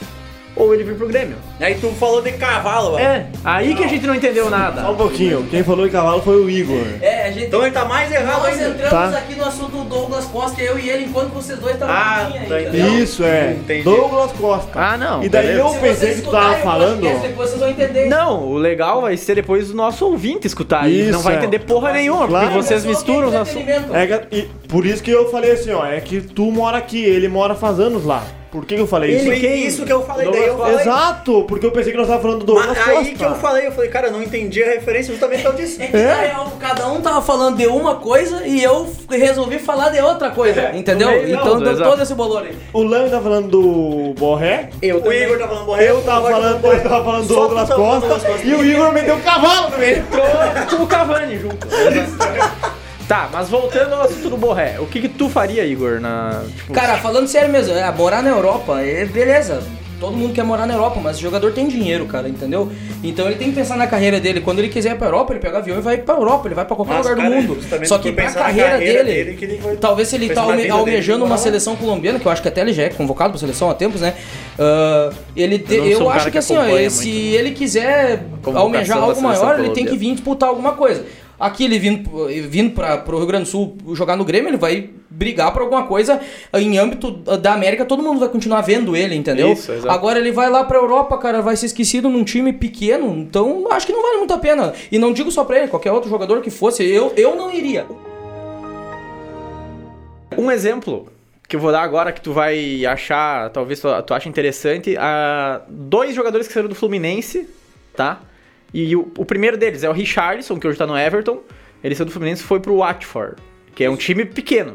ou ele vir pro Grêmio. Aí tu falou de cavalo, mano. É, aí que a gente não entendeu nada. Só um pouquinho. Quem falou de cavalo foi o Igor. A gente... Então ele tá mais errado Nós ainda. entramos Tá. aqui no assunto do Douglas Costa, eu e ele, enquanto vocês dois estavam Ah, aí, tá entendeu? Isso, é. Entendi. Douglas Costa. Ah, não. E daí beleza. eu Se pensei vocês que tu tava escutarem o falando... podcast, depois vocês vão entender. Não, o legal vai ser depois o nosso ouvinte escutar. E Isso, não vai é. entender porra nenhuma, Claro. porque vocês Só misturam os quem assuntos. quiser entretenimento. É que- e por isso que eu falei assim, ó, é que tu mora aqui, ele mora faz anos lá. Por que eu falei isso? Foi isso que eu falei, daí eu falei. Exato, porque eu pensei que nós tava falando do Douglas Mas Costa. aí que eu falei, cara, eu não entendi a referência justamente por disso. É que na real, cada um tava falando de uma coisa e eu resolvi falar de outra coisa, entendeu? no meio, Então não, deu exato. todo esse bolor aí. O Lame tá falando do Borré, O Igor tá falando borré. eu tava falando do Só tu Douglas tava falando do Costa Douglas Costa. e o Igor meteu o cavalo também. Entrou com o Cavani junto. Tá, mas voltando ao assunto do Borré, o que tu faria, Igor, na... Tipo, Cara, falando sério mesmo, morar na Europa, beleza. Todo mundo quer morar na Europa, mas o jogador tem dinheiro, cara, entendeu? Então ele tem que pensar na carreira dele. Quando ele quiser ir pra Europa, ele pega avião e vai pra Europa, ele vai pra qualquer Mas, lugar cara, do mundo. justamente Só por que pra pensar na carreira carreira dele, dele que ele vai talvez se ele tá pensar na vida dele, almejando morar uma lá. seleção colombiana, que eu acho que até ele já é convocado pra seleção há tempos, né? Eu não sou um cara acho que que assim, ó, acompanha se muito ele quiser convocação almejar da algo seleção maior, ele tem colombiana. que vir disputar alguma coisa. Aqui ele vindo pro Rio Grande do Sul jogar no Grêmio, ele vai brigar por alguma coisa em âmbito da América, todo mundo vai continuar vendo ele, entendeu? Isso, exato. Agora ele vai lá pra Europa, cara, vai ser esquecido num time pequeno, então acho que não vale muito a pena. E não digo só pra ele, qualquer outro jogador que fosse, eu não iria. um exemplo que eu vou dar agora que tu vai achar, talvez tu ache interessante, 2 jogadores que saíram do Fluminense, tá? E o primeiro deles é o Richarlison, que hoje tá no Everton. Ele saiu do Fluminense e foi pro Watford, que é um time pequeno.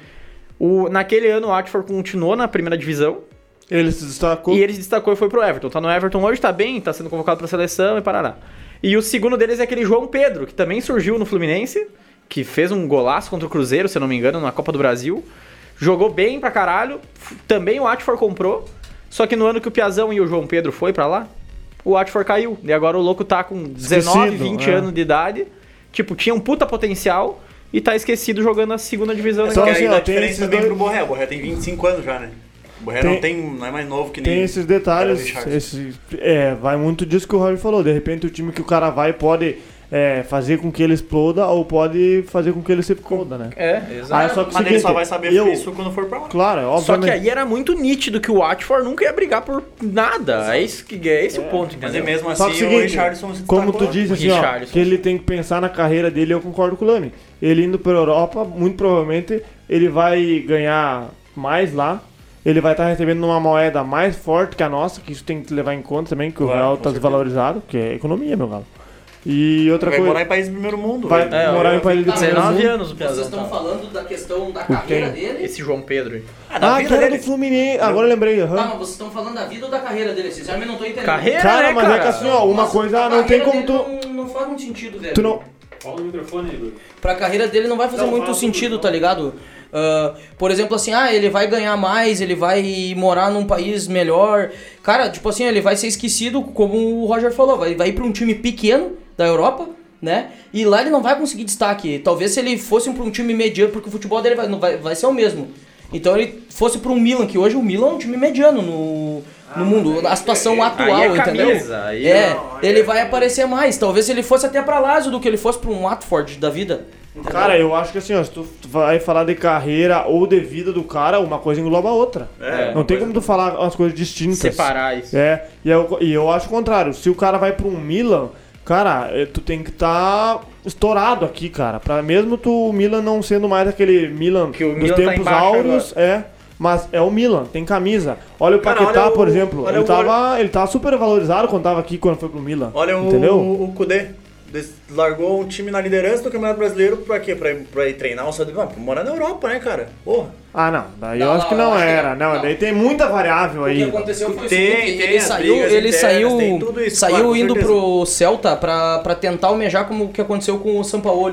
Naquele ano o Watford continuou na primeira divisão. Ele se destacou. E ele se destacou e foi pro Everton. Tá no Everton hoje, tá bem, tá sendo convocado pra seleção e parará. E o segundo deles é aquele João Pedro, que também surgiu no Fluminense, que fez um golaço contra o Cruzeiro, se eu não me engano, na Copa do Brasil. Jogou bem pra caralho. Também o Watford comprou. Só que no ano que o Piazão e o João Pedro foi pra lá, o Watford caiu. E agora o louco tá com 19, Esquecido, 20 é. anos de idade. Tipo, tinha um puta potencial e tá esquecido jogando na segunda divisão. Só Porque assim, aí ó, dá tem diferença esses também dois- pro Borré. O Borré tem 25 anos já, né? O Borré não é mais novo que nem... Tem esses era o detalhes, Richarlison. vai muito disso que o Roger falou. De repente o time que o cara vai pode fazer com que ele exploda ou pode fazer com que ele se exploda, né? É, exato. Aí só que o Mas ele seguinte, só vai saber isso quando for pra lá. Claro, Só obviamente. que aí era muito nítido que o Watford nunca ia brigar por nada. É esse o ponto, Mas entendeu? é mesmo Só que assim, o o seguinte, Richarlison se como tu destacou. disse O assim, ó, Richarlison. que ele tem que pensar na carreira dele, eu concordo com o Lame. Ele indo pra Europa, muito provavelmente ele vai ganhar mais lá. Ele vai estar recebendo uma moeda mais forte que a nossa, que isso tem que levar em conta também, que o Claro, real com tá certeza. desvalorizado, que é economia, meu galo. E outra Vai coisa, morar em país do primeiro mundo. vai velho. morar em país do primeiro 19 mundo. anos o Vocês Piazão. estão Tá. falando da questão da carreira dele? Esse João Pedro aí. Na Ah, vida que era dele. do Fluminense, agora eu lembrei. aham. Tá, mas vocês estão falando da vida ou da carreira dele? Sinceramente não tô entendendo. Carreira, Cara, né, mas cara? é que assim, ó, uma Mas coisa a não tem carreira como tu... dele não faz muito sentido, velho. Tu não... Fala o microfone, Igor. Pra carreira dele não vai fazer muito sentido, tá ligado? Por exemplo, assim, ele vai ganhar mais, ele vai morar num país melhor. Cara, tipo assim, ele vai ser esquecido, como o Roger falou, vai ir pra um time pequeno da Europa, né? E lá ele não vai conseguir destaque. Talvez se ele fosse pra um time mediano, porque o futebol dele vai ser o mesmo. Então ele fosse pra um Milan, que hoje o Milan é um time mediano no mundo, a situação atual, aí é entendeu? camisa, aí Ele vai aparecer mais. Talvez se ele fosse até pra Lazio do que ele fosse pra um Watford da vida. Entendeu? Cara, eu acho que assim, ó, se tu vai falar de carreira ou de vida do cara, uma coisa engloba a outra. Não tem como tu falar as coisas distintas. Separar isso. E eu acho o contrário. Se o cara vai pra um Milan, cara, tu tem que estar estourado aqui, cara. Pra mesmo o Milan não sendo mais aquele Milan Que o dos Milan tá tempos embaixo áureos, mas é o Milan, tem camisa. Olha o Cara, Paquetá, olha por exemplo. olha Ele tava super valorizado quando tava aqui, quando foi pro Milan. Olha entendeu? o Kudê. Largou um time na liderança do Campeonato Brasileiro pra quê? Pra ir treinar um pra morar na Europa, né, cara? Porra. Ah, não. Daí eu Não, acho que não, não eu acho que era. Não, não. daí tem muita variável O que aí. aconteceu foi o Tem, seguinte, tem ele as saiu, brigas ele internas, tem tudo isso, claro, com indo certeza. pro Celta pra tentar almejar como o que aconteceu com o Sampaoli,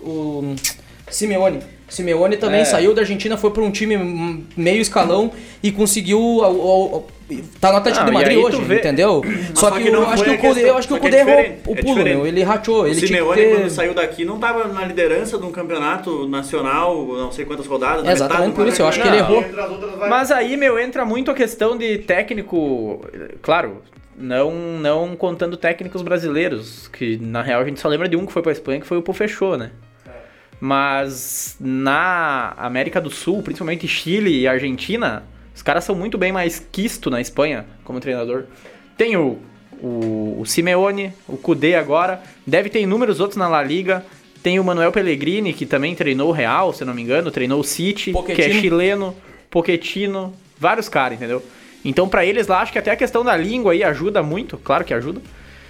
o Simeone. Simeone também saiu da Argentina, foi pra um time meio escalão e conseguiu tá no Atlético de Não, e Madrid aí hoje, tu vê- entendeu? Só só que que não eu acho que foi o Cudê, questão- eu acho que o só que é Cudê errou diferente, o é pulo, diferente. meu. Ele rachou, ele O tinha que Simeone, ter... quando saiu daqui, não tava na liderança de um campeonato nacional, não sei quantas rodadas. na Exatamente metade por do isso, eu acho que campeonato. ele errou. Entre as outras vai- Mas aí, meu, entra muito a questão de técnico, claro, não contando técnicos brasileiros, que na real a gente só lembra de um que foi pra Espanha, que foi o Pofechô, né? Mas na América do Sul, principalmente Chile e Argentina, os caras são muito bem mais quisto na Espanha como treinador. Tem o Simeone, o Cudê agora, deve ter inúmeros outros na La Liga. Tem o Manuel Pellegrini, que também treinou o Real, se não me engano, treinou o City, que é Pochettino. chileno, Pochettino, vários caras, entendeu? Então pra eles lá, acho que até a questão da língua aí ajuda muito, claro que ajuda.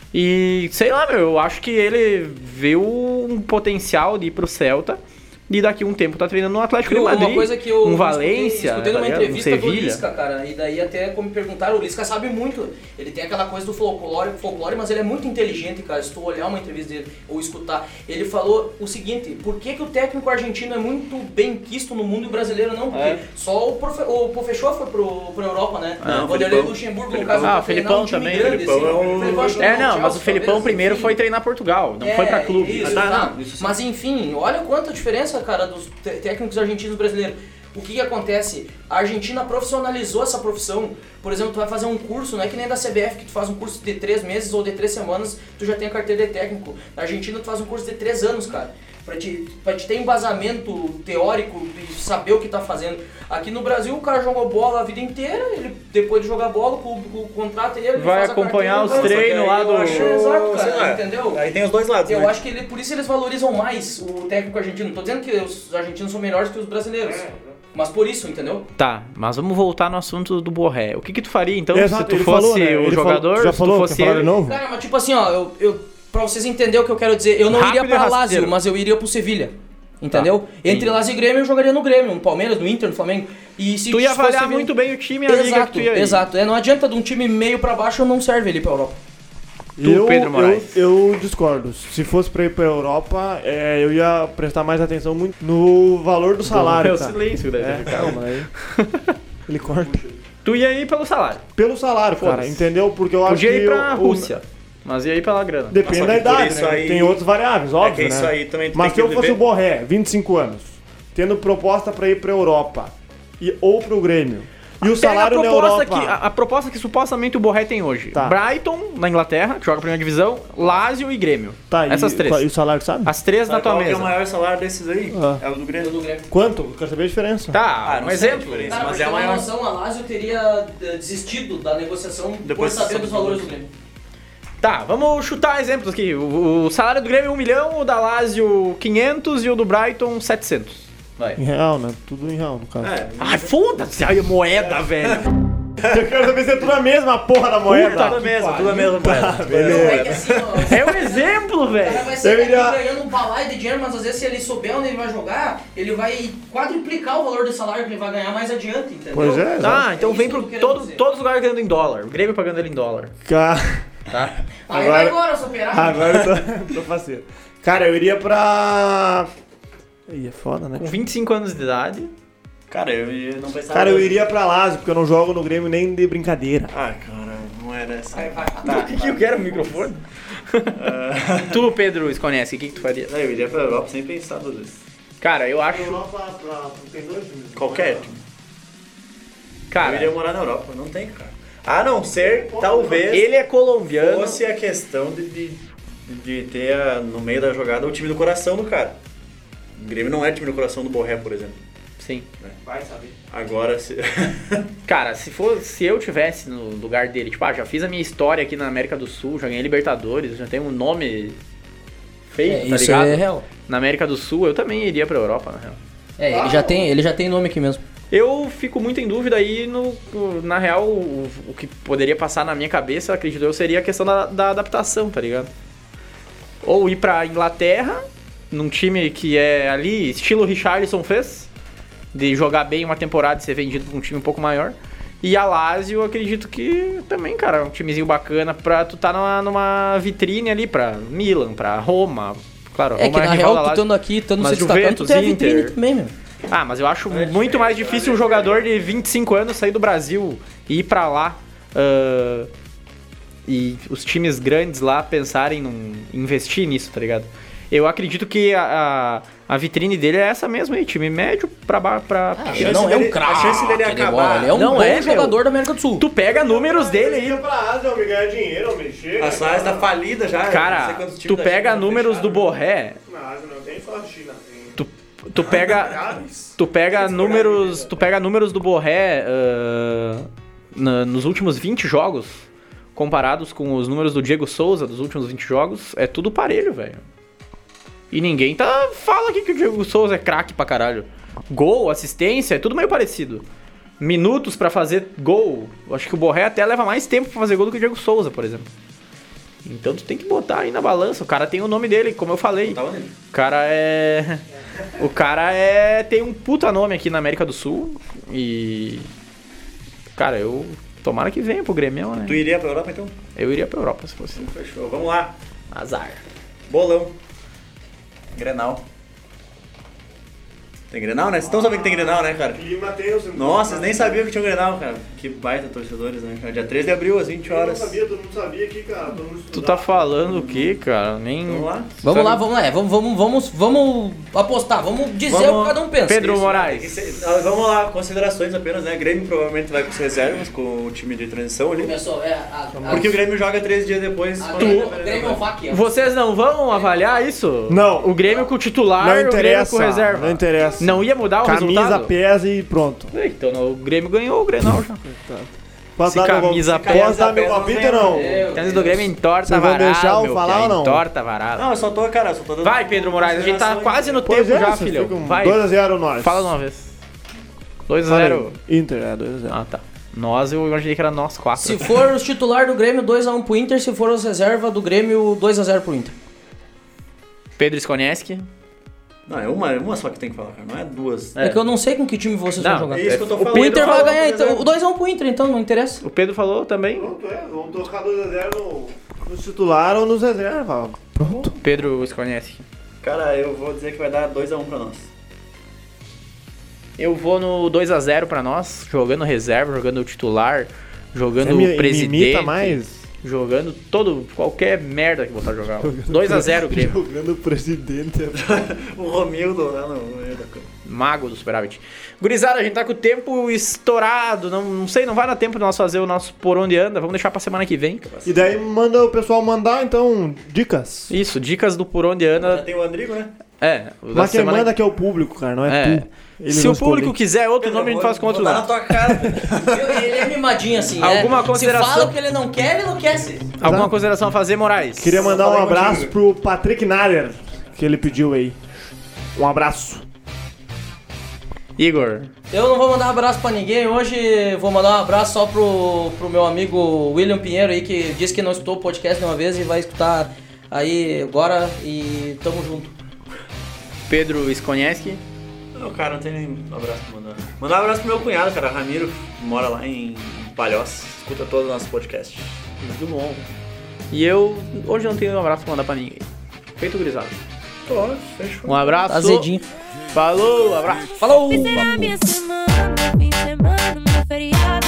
E sei lá, meu, eu acho que ele viu um potencial de ir pro Celta e daqui a um tempo tá treinando no Atlético de Madrid, Uma coisa que eu um Valência, escutei numa tá ligado? Um entrevista do Sevilha. Lisca, cara, e daí até como me perguntaram, o Lisca sabe muito, ele tem aquela coisa do folclore, mas ele é muito inteligente, cara, se tu olhar uma entrevista dele ou escutar, ele falou o seguinte, por que o técnico argentino é muito bem quisto no mundo e o brasileiro não? Porque só o Pofechô foi pra Europa, né? Não, O Vanderlei Felipão. Luxemburgo, no caso, Ah, foi treinar Felipão um time também. grande, Felipão assim, é o- o Felipão acho que É, treinou não, o mas o Chelsea, Felipão talvez, primeiro enfim. foi treinar Portugal, não foi pra clube. Isso, Ah, tá. não, isso sim. Mas enfim, olha quanta diferença, cara, dos técnicos argentinos e brasileiros. O que acontece? A Argentina profissionalizou essa profissão. Por exemplo, tu vai fazer um curso, não é que nem da CBF que tu faz um curso de 3 meses ou de 3 semanas, tu já tem a carteira de técnico. Na Argentina tu faz um curso de 3 anos, cara. Pra te ter embasamento teórico e saber o que tá fazendo. Aqui no Brasil o cara jogou bola a vida inteira, ele depois de jogar bola, o contrato ele Vai faz a acompanhar carteira, os vai- treinos lá do... Exato, Sei cara, lá, entendeu? Aí tem os dois lados, Eu né? acho que por isso eles valorizam mais o técnico argentino. Não tô dizendo que os argentinos são melhores que os brasileiros. Mas por isso, entendeu? Tá, mas vamos voltar no assunto do Borré. O que tu faria então Exato, se tu ele fosse falou, né? o Ele jogador, falou, já se falou, tu fosse quer falar de ele? novo? Cara, mas tipo assim, ó, pra vocês entenderem o que eu quero dizer, eu não Rápido iria pra e rasteiro. Lazio, mas eu iria pro Sevilha. Entendeu? Tá, Entre entendi. Lazio e Grêmio eu jogaria no Grêmio, no Palmeiras, no Inter, no Flamengo. E se Tu ia fosse avaliar Sevilha- muito bem o time e a liga que Exato, tu ia ir. exato. Não adianta de um time meio pra baixo, não serve ele pra Europa. Tu, Pedro Moraes. Eu discordo. Se fosse pra ir pra Europa, eu ia prestar mais atenção muito no valor do salário, É o cara. silêncio deve ter ficado. Calma aí. Ele corta. Tu ia ir pelo salário. Pelo salário, cara, Foda-se. entendeu? Porque eu acho Podia que ir pra o- Rússia, mas ia ir pela grana. Depende Mas só da que por idade, isso né? aí- Tem outras variáveis, óbvio, que né? isso aí também tu Mas se tem eu que fosse ver. o Borré, 25 anos, tendo proposta pra ir pra Europa ou pro Grêmio, e o salário na Europa... a proposta que supostamente o Borré tem hoje. Tá. Brighton, na Inglaterra, que joga a primeira divisão, Lazio e Grêmio. Tá, Essas três. E o salário, sabe? As três na Sabe tua qual que é mesa. o maior salário desses aí? Ah. É o do Grêmio. Quanto? Eu quero saber a diferença. Tá, não um sei a exemplo. diferença, Cara, mas pra é ter o uma maior. noção, a Lazio teria desistido da negociação Depois por saber sabe dos valores do Grêmio. Tá, vamos chutar exemplos aqui. O salário do Grêmio é 1 milhão, o da Lazio 500 e o do Brighton 700. Vai. Em real, né? Tudo em real, no caso. É, Ai, foda-se aí a moeda, velho. Eu quero saber se é tudo a mesma porra da moeda. tudo a mesma, tudo a mesma moeda. beleza. É que assim, ó, É um exemplo, o cara velho. vai ser Eu iria- ganhando um balaio de dinheiro, mas às vezes se ele souber onde ele vai jogar, ele vai quadruplicar o valor do salário que ele vai ganhar mais adiante, entendeu? Pois é, exato. Ah, então É vem isso pro que eu quero dizer. todos os lugares ganhando em dólar. O Grêmio pagando ele em dólar. Cara, Tá? Aí agora- vai embora, seu operário. agora eu tô faceiro. Cara, eu iria pra... Ih, é foda, né? Com 25 anos de idade. Cara, eu não pensava. Cara, eu iria pra Lazio, porque eu não jogo no Grêmio nem de brincadeira. Ah, cara, não era essa. O que eu quero? O microfone? Tu, Pedro Skonecki, o que tu faria? Eu iria pra Europa sem pensar duas vezes. Cara, eu acho... Tem dois times. Qualquer time. Eu Cara, iria morar na Europa, não tem, cara. A não ser, talvez, ele é colombiano. fosse a questão de ter no meio da jogada o time do coração do cara. O Grêmio não é time do coração do Borré, por exemplo. Sim. Vai saber. Agora, se... Cara, se eu tivesse no lugar dele, tipo, já fiz a minha história aqui na América do Sul, já ganhei Libertadores, já tenho um nome feito, tá isso ligado? é real. Na América do Sul, eu também iria pra Europa, na real. É, ele já tem nome aqui mesmo. Eu fico muito em dúvida aí, na real, o que poderia passar na minha cabeça, acredito eu, seria a questão da adaptação, tá ligado? Ou ir pra Inglaterra, num time que é ali, estilo Richarlison fez, de jogar bem uma temporada e ser vendido pra um time um pouco maior. E a Lazio, eu acredito que também, cara, é um timezinho bacana pra tu tá numa vitrine ali pra Milan, pra Roma. Claro, É Roma que na rival real, da tu Lazio. estando aqui, estando Mas se destacando, tu Juventus, tem a vitrine Inter. também, meu. Ah, mas eu acho muito mais difícil um jogador de 25 anos sair do Brasil e ir pra lá e os times grandes lá pensarem em investir nisso, tá ligado? Eu acredito que a vitrine dele é essa mesmo aí, time médio pra baixo. Ele não é um craque. A chance dele acabar. Ele é um Não bom é, jogador meu. da América do Sul. Tu pega números dele aí. pra Ásia, homem, ganhar dinheiro, homem, chega. A Suárez tá falida já. Cara, tu pega números do Borré. Na Ásia não tem só a China. Tu pega números do Borré nos últimos 20 jogos, comparados com os números do Diego Souza dos últimos 20 jogos, é tudo parelho, velho. E ninguém fala aqui que o Diego Souza é craque pra caralho. Gol, assistência, é tudo meio parecido. Minutos pra fazer gol. Acho que o Borré até leva mais tempo pra fazer gol do que o Diego Souza, por exemplo. Então tu tem que botar aí na balança. O cara tem o nome dele, como eu falei. O cara é... O cara tem um puta nome aqui na América do Sul. E... Cara, tomara que venha pro Grêmio, né? Tu iria pra Europa, então? Eu iria pra Europa, se fosse. Fechou. Vamos lá. Azar. Bolão. Grenal. Tem Grenal, né? Vocês estão sabendo que tem Grenal, né, cara? Clima tenso. Nossa, vocês nem sabiam que tinha um Grenal, cara. Que baita torcedores, né? Dia 13 de abril, às 20 horas. Todo mundo sabia aqui, cara. Todo mundo Tu tá falando o quê, cara? Nem... Vamos lá? Vamos apostar, vamos dizer o que cada um pensa. Pedro Moraes. Vamos lá, considerações apenas, né? Grêmio provavelmente vai com as reservas, com o time de transição ali. Começou, Porque o Grêmio joga 13 dias depois. Grêmio é um faquinha. Vocês não vão avaliar isso? Não. O Grêmio com o titular, Não o Grêmio interessa, com reserva. não interessa. Não ia mudar o Camisa, resultado? pesa e pronto. Então o Grêmio ganhou o Grenal já. Posso Se dar camisa meu, posso pesa, dar meu palpite ou não? Camisa do Grêmio entorta Vocês vão varado, deixar eu meu, falar que ou não? entorta varado. Não, eu só tô dando... Vai, Pedro Moraes, a gente tá quase no Pois tempo é, já, vocês filhão. ficam Vai, 2x0 nós. fala de uma vez. 2x0. Falei. Inter, 2x0. Ah, tá. Nós, eu imaginei que era nós 4. Se for os titular do Grêmio, 2x1 pro Inter. Se for os reserva do Grêmio, 2x0 pro Inter. Pedro Skonieski. Não, é uma só que tem que falar, cara. Não é duas. É que eu não sei com que time vocês vão jogar. É isso que eu tô O falando. Inter vai ganhar, por exemplo. então. O 2x1 pro Inter, então, não interessa. O Pedro falou também. Pronto, vamos tocar 2x0 no titular ou nos reserva. Pronto. Pedro Skonieski. Cara, eu vou dizer que vai dar 2x1 pra nós. Eu vou no 2x0 pra nós, jogando reserva, jogando titular, jogando presidente. Me imita mais. Jogando qualquer merda que botar jogar. 2x0 Grêmio. Jogando presidente. O Romildo lá no meio da coisa. Mago do Superávit. Gurizada, a gente tá com o tempo estourado. Não sei, não vai dar tempo de nós fazer o nosso Por Onde Anda. Vamos deixar pra semana que vem. E daí manda o pessoal mandar, então, dicas. Isso, dicas do Por Onde Já Anda. tem o Andrigo, né? Mas quem manda que é o público, cara, não é tu. Eles Se vão o público escolher. quiser outro nome, a gente faz com outro Vou dar nome. na tua cara. Ele é mimadinho assim, Alguma né? consideração? Se fala o que ele não quer, ele enlouquece. Alguma consideração a fazer, Moraes? Queria mandar um falei abraço contigo. pro Patrick Nader, que ele pediu aí. Um abraço. Igor. Eu não vou mandar um abraço pra ninguém. Hoje vou mandar um abraço só pro meu amigo William Pinheiro aí, que disse que não escutou o podcast uma vez e vai escutar aí agora. E tamo junto. Pedro Skonieski. Não, cara, não tem nem abraço pra mandar. Mandar um abraço pro meu cunhado, cara, Ramiro, que mora lá em Palhoça. Escuta todo o nosso podcast. Muito bom. E eu hoje não tenho um abraço pra mandar pra ninguém. Feito, gurizada. Fechou. Um abraço. Azedinho. Falou, abraço. Falou! Será minha semana, fim de semana, meu feriado.